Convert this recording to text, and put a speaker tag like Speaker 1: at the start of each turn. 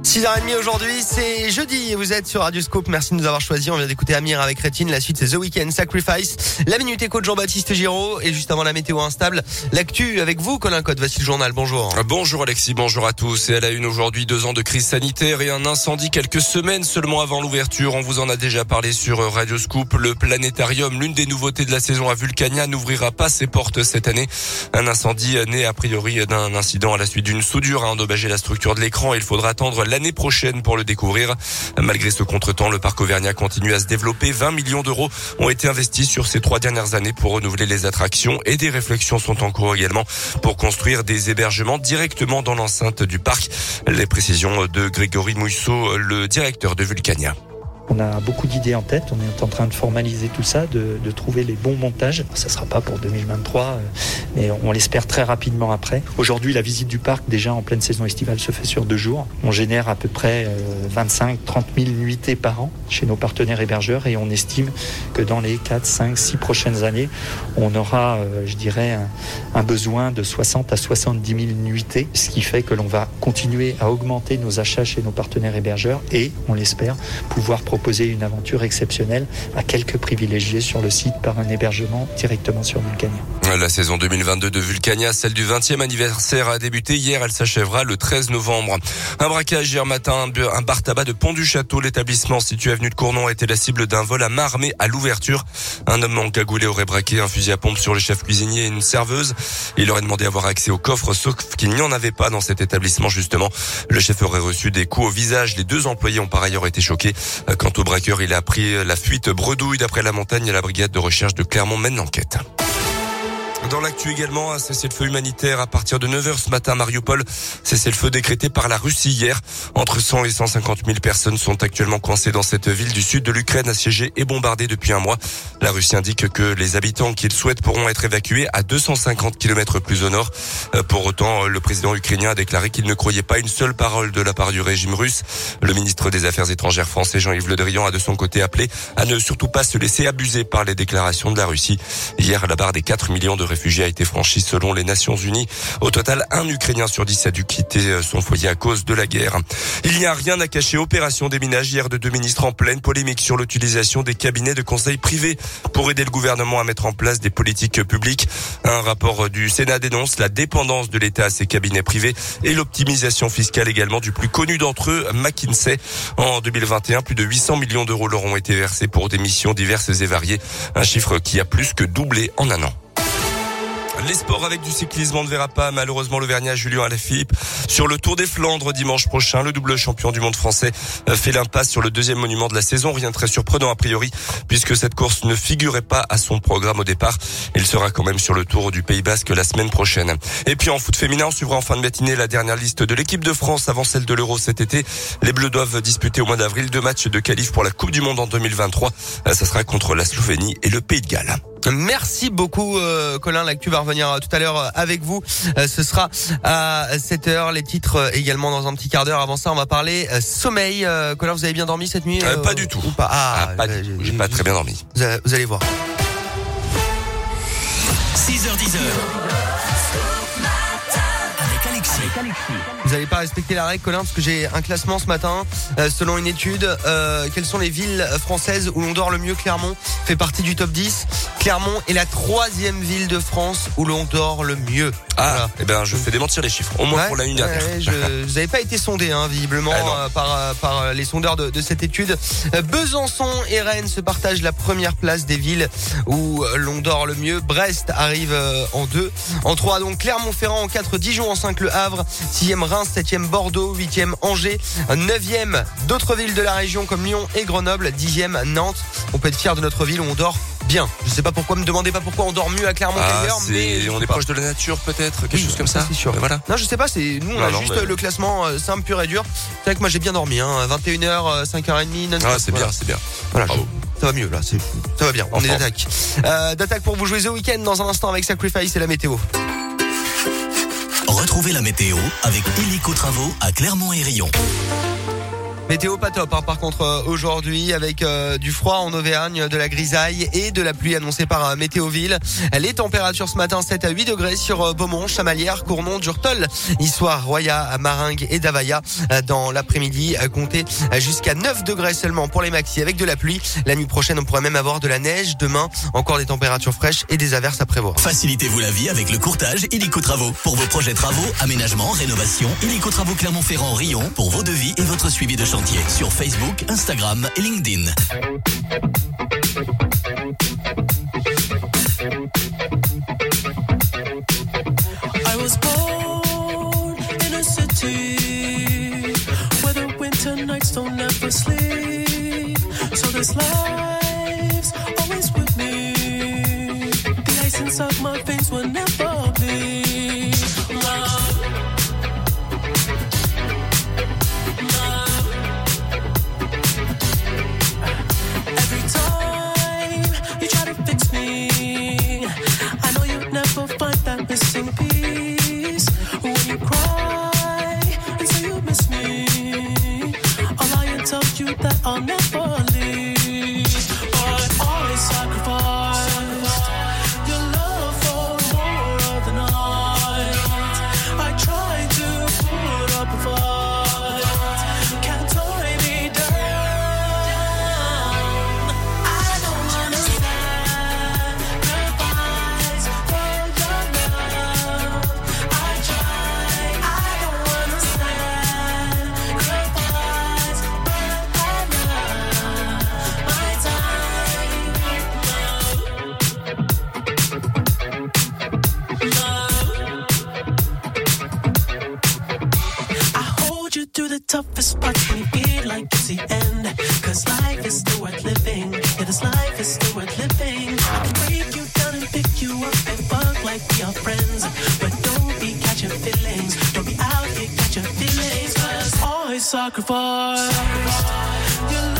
Speaker 1: 6h30 aujourd'hui, c'est jeudi et vous êtes sur Radio Scoop. Merci de nous avoir choisis. On vient d'écouter Amir avec Rétine. La suite, c'est The Weeknd, Sacrifice. La Minute Éco de Jean-Baptiste Giraud. Et juste avant la météo instable, l'actu avec vous, Colin Cotte. Voici le journal. Bonjour.
Speaker 2: Bonjour Alexis, bonjour à tous. Et à la une aujourd'hui, 2 ans de crise sanitaire et un incendie quelques semaines seulement avant l'ouverture. On vous en a déjà parlé sur Radio Scoop. Le planétarium, l'une des nouveautés de la saison à Vulcania, n'ouvrira pas ses portes cette année. Un incendie né a priori d'un incident à la suite d'une soudure a endommagé la structure de l'écran. Il faudra attendre l'année prochaine pour le découvrir. Malgré ce contretemps, le parc auvergnat continue à se développer. 20 millions d'euros ont été investis sur ces 3 dernières années pour renouveler les attractions et des réflexions sont en cours également pour construire des hébergements directement dans l'enceinte du parc. Les précisions de Grégory Mousseau, le directeur de Vulcania.
Speaker 3: On a beaucoup d'idées en tête, on est en train de formaliser tout ça, de trouver les bons montages. Ça ne sera pas pour 2023, mais on l'espère très rapidement après. Aujourd'hui, la visite du parc, déjà en pleine saison estivale, se fait sur 2 jours. On génère à peu près 25-30 000 nuitées par an chez nos partenaires hébergeurs et on estime que dans les 4, 5, 6 prochaines années, on aura, un besoin de 60 à 70 000 nuitées, ce qui fait que l'on va continuer à augmenter nos achats chez nos partenaires hébergeurs et, on l'espère, pouvoir proposer une aventure exceptionnelle à quelques privilégiés sur le site par un hébergement directement sur Vulcania.
Speaker 2: La saison 2022 de Vulcania, celle du 20e anniversaire, a débuté hier. Elle s'achèvera le 13 novembre. Un braquage hier matin, un bar tabac de Pont-du-Château. L'établissement situé avenue de Cournon a été la cible d'un vol à main armée à l'ouverture. Un homme encagoulé aurait braqué un fusil à pompe sur le chef cuisinier et une serveuse. Il aurait demandé à avoir accès au coffre, sauf qu'il n'y en avait pas dans cet établissement justement. Le chef aurait reçu des coups au visage. Les 2 employés ont par ailleurs été choqués. Quant au braqueur, il a pris la fuite bredouille. D'après la montagne, la brigade de recherche de Clermont mène l'enquête. Dans l'actu également, un cessez-le-feu humanitaire à partir de 9h ce matin à Mariupol. Cessez-le-feu décrété par la Russie hier. Entre 100 et 150 000 personnes sont actuellement coincées dans cette ville du sud de l'Ukraine, assiégée et bombardée depuis un mois. La Russie indique que les habitants qui le souhaitent pourront être évacués à 250 km plus au nord. Pour autant, le président ukrainien a déclaré qu'il ne croyait pas une seule parole de la part du régime russe. Le ministre des Affaires étrangères français Jean-Yves Le Drian a de son côté appelé à ne surtout pas se laisser abuser par les déclarations de la Russie. Hier, la barre des 4 millions de réfugiés a été franchi selon les Nations Unies. Au total, un Ukrainien sur 10 a dû quitter son foyer à cause de la guerre. Il n'y a rien à cacher. Opération déminage hier de 2 ministres en pleine polémique sur l'utilisation des cabinets de conseil privés pour aider le gouvernement à mettre en place des politiques publiques. Un rapport du Sénat dénonce la dépendance de l'État à ces cabinets privés et l'optimisation fiscale également du plus connu d'entre eux, McKinsey. En 2021, plus de 800 millions d'euros leur ont été versés pour des missions diverses et variées. Un chiffre qui a plus que doublé en un an. Les sports avec du cyclisme, on ne verra pas malheureusement l'Auvergnat Julien Alaphilippe sur le Tour des Flandres dimanche prochain. Le double champion du monde français fait l'impasse sur le 2e monument de la saison. Rien de très surprenant a priori puisque cette course ne figurait pas à son programme au départ. Il sera quand même sur le Tour du Pays Basque la semaine prochaine. Et puis en foot féminin, on suivra en fin de matinée la dernière liste de l'équipe de France avant celle de l'Euro cet été. Les Bleus doivent disputer au mois d'avril 2 matchs de qualif pour la Coupe du Monde en 2023. Ça sera contre la Slovénie et le Pays de Galles.
Speaker 1: Merci beaucoup Colin, l'actu va revenir tout à l'heure avec vous. Ce sera à 7h, les titres également dans un petit quart d'heure. Avant ça, on va parler sommeil. Colin, vous avez bien dormi cette nuit
Speaker 2: Pas du tout.
Speaker 1: Ou pas
Speaker 2: pas du tout. J'ai pas très bien dormi.
Speaker 1: Vous allez voir.
Speaker 4: 6h10. Avec Alexis.
Speaker 1: Vous n'allez pas respecter la règle, Colin, parce que j'ai un classement ce matin. Selon une étude, quelles sont les villes françaises où l'on dort le mieux? Clermont fait partie du top 10. Clermont est la 3e ville de France où l'on dort le mieux.
Speaker 2: Voilà. Eh ben, je fais démentir les chiffres. Au moins pour la une dernière.
Speaker 1: Vous n'avez pas été sondé, visiblement, par les sondeurs de cette étude. Besançon et Rennes se partagent la première place des villes où l'on dort le mieux. Brest arrive en 2. En 3, donc, Clermont-Ferrand. En 4, Dijon. En 5, Le Havre. 6e, Reims. 7e, Bordeaux. 8e, Angers. 9e, d'autres villes de la région comme Lyon et Grenoble. 10e, Nantes. On peut être fier de notre ville où on dort bien. Je sais pas pourquoi, me demandez pas pourquoi on dort mieux à Clermont qu'ailleurs, mais
Speaker 2: on est proche de la nature peut-être, quelque chose comme ça.
Speaker 1: C'est sûr.
Speaker 2: Voilà.
Speaker 1: Non, je sais pas, on a juste le classement simple, pur et dur. C'est vrai que moi j'ai bien dormi, 21h, 5h30, non-stop.
Speaker 2: C'est bien, c'est bien.
Speaker 1: Voilà. Ça va mieux là, ça va bien. On est d'attaque. D'attaque pour vous jouer The Weeknd dans un instant avec Sacrifice et la météo.
Speaker 4: Retrouvez la météo avec Illico Travaux à Clermont et Rion.
Speaker 1: Météo pas top par contre aujourd'hui avec du froid en Auvergne, de la grisaille et de la pluie annoncée par Météoville. Les températures ce matin 7 à 8 degrés sur Beaumont, Chamalières, Cournon, Durtol, Issoire, Roya, Maringues et Davaya. Dans l'après-midi, comptez jusqu'à 9 degrés seulement pour les maxis avec de la pluie. La nuit prochaine, on pourrait même avoir de la neige. Demain, encore des températures fraîches et des averses à prévoir.
Speaker 4: Facilitez-vous la vie avec le courtage Illico Travaux. Pour vos projets travaux, aménagement, rénovation, Illico Travaux Clermont-Ferrand, Rion pour vos devis et votre suivi de chantier sur Facebook, Instagram et LinkedIn.
Speaker 5: I was born in a city where the winter nights don't ever sleep. So this life's always with me. The ice inside my veins will never bleed. Love. Every time you try to fix me, I know you'll never find that missing piece. When you cry and say you miss me, I'll lie and tell you that I'll never leave. But I sacrificed your love for more of the night. I tried to put up a fight. Can't tie me down. I don't wanna sacrifice for your love. I try. I don't wanna sacrifice, but I love my time. I hold you through the toughest parts when you feel like it's the end. Cause life is still worth living. Yeah, this life is still worth living. I can break you down and pick you up and fuck like we are friends. But don't be catching feelings. Don't be out here catching feelings. Cause I sacrifice your love.